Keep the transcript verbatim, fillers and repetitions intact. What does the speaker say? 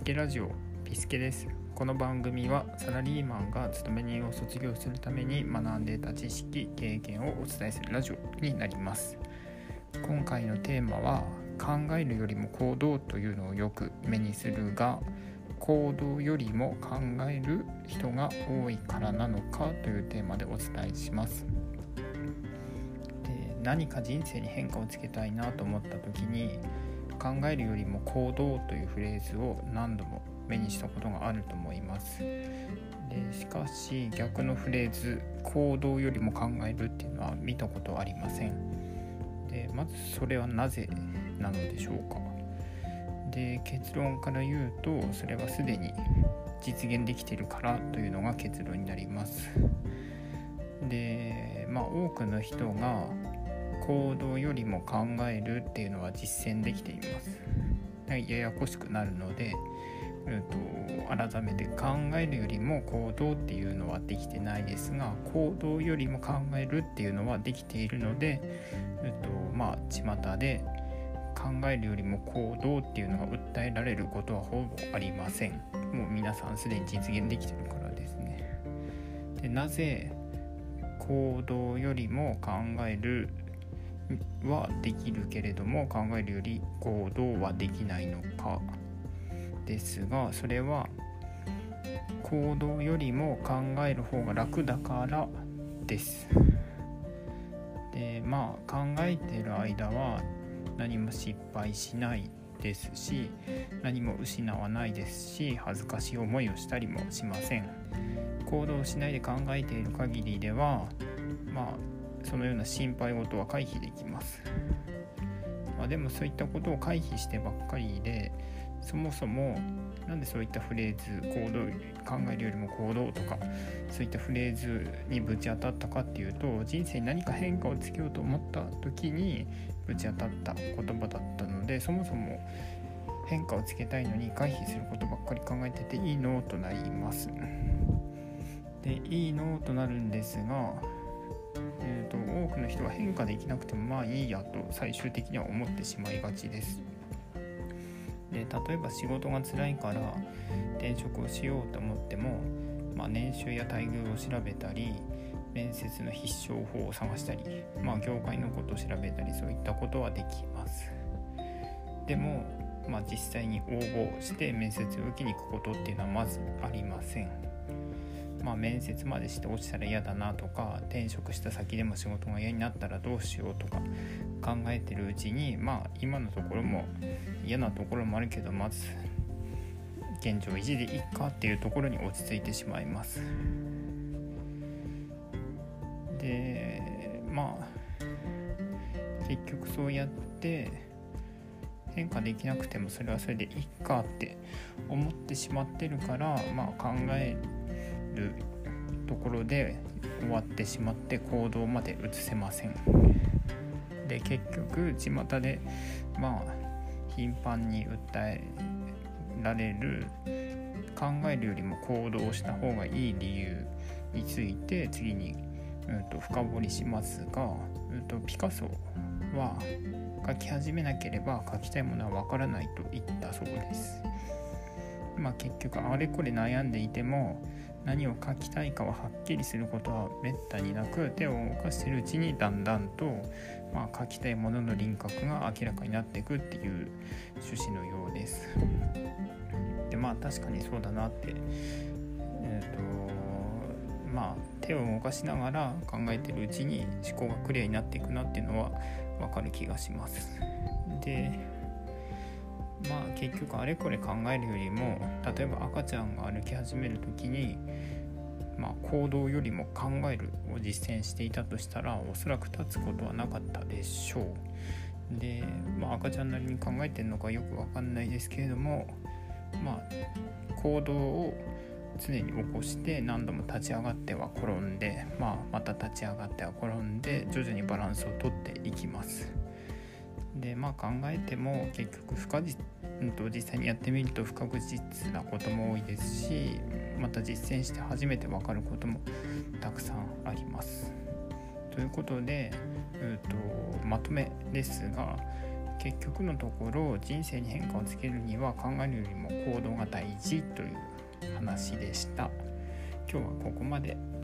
ケラジオピスケです。この番組はサラリーマンが勤め人を卒業するために学んでいた知識経験をお伝えするラジオになります。今回のテーマは考えるよりも行動というのをよく目にするが、行動よりも考える人が多いからなのかというテーマでお伝えします。で、何か人生に変化をつけたいなと思った時に、考えるよりも行動というフレーズを何度も目にしたことがあると思います。でしかし逆のフレーズ、行動よりも考えるっていうのは見たことありません。でまずそれはなぜなのでしょうか。で結論から言うと、それはすでに実現できているからというのが結論になります。でまあ多くの人が行動よりも考えるっていうのは実践できています。ややこしくなるので、えー、と改めて考えるよりも行動っていうのはできてないですが、行動よりも考えるっていうのはできているので、えー、とまあ巷で考えるよりも行動っていうのが訴えられることはほぼありません。もう皆さんすでに実現できているからですね。でなぜ行動よりも考えるはできるけれども考えるより行動はできないのかですが、それは行動よりも考える方が楽だからです。でまあ考えている間は何も失敗しないですし、何も失わないですし、恥ずかしい思いをしたりもしません。行動しないで考えている限りでは、まあそのような心配事は回避できます。まあ、でもそういったことを回避してばっかりで、そもそもなんでそういったフレーズ、行動考えるよりも行動とかそういったフレーズにぶち当たったかっていうと、人生に何か変化をつけようと思った時にぶち当たった言葉だったので、そもそも変化をつけたいのに回避することばっかり考えてていいのとなります。でいいのとなるんですが、えーと、多くの人は変化できなくてもまあいいやと最終的には思ってしまいがちです。で例えば仕事が辛いから転職をしようと思っても、まあ、年収や待遇を調べたり、面接の必勝法を探したり、まあ、業界のことを調べたり、そういったことはできます。でも、まあ、実際に応募して面接を受けに行くことっていうのはまずありません。まあ、面接までして落ちたら嫌だなとか、転職した先でも仕事が嫌になったらどうしようとか考えてるうちに、まあ今のところも嫌なところもあるけど、まず現状維持でいいかっていうところに落ち着いてしまいます。でまあ結局そうやって変化できなくてもそれはそれでいいかって思ってしまってるから、まあ考えるところで終わってしまって行動まで移せません。で結局巷でまあ頻繁に訴えられる考えるよりも行動した方がいい理由について次に、うん、と深掘りしますが、うん、とピカソは描き始めなければ描きたいものはわからないと言ったそうです。まあ結局あれこれ悩んでいても何を描きたいかははっきりすることはめったになく、手を動かしているうちにだんだんと、まあ、描きたいものの輪郭が明らかになっていくっていう趣旨のようです。でまあ確かにそうだなって、えーとまあ、手を動かしながら考えているうちに思考がクリアになっていくなっていうのは分かる気がします。でまあ結局あれこれ考えるよりも、例えば赤ちゃんが歩き始めるときに、まあ、行動よりも考えるを実践していたとしたら、おそらく立つことはなかったでしょう。で、まあ、赤ちゃんなりに考えてるのかよくわかんないですけれども、まあ行動を常に起こして何度も立ち上がっては転んで、まあ、また立ち上がっては転んで徐々にバランスをとっていきます。でまあ考えても結局不確実、うん、と実際にやってみると不確実なことも多いですし、また実践して初めて分かることもたくさんあります。ということで、うん、とまとめですが、 結局のところ人生に変化をつけるには考えるよりも行動が大事という話でした。今日はここまで。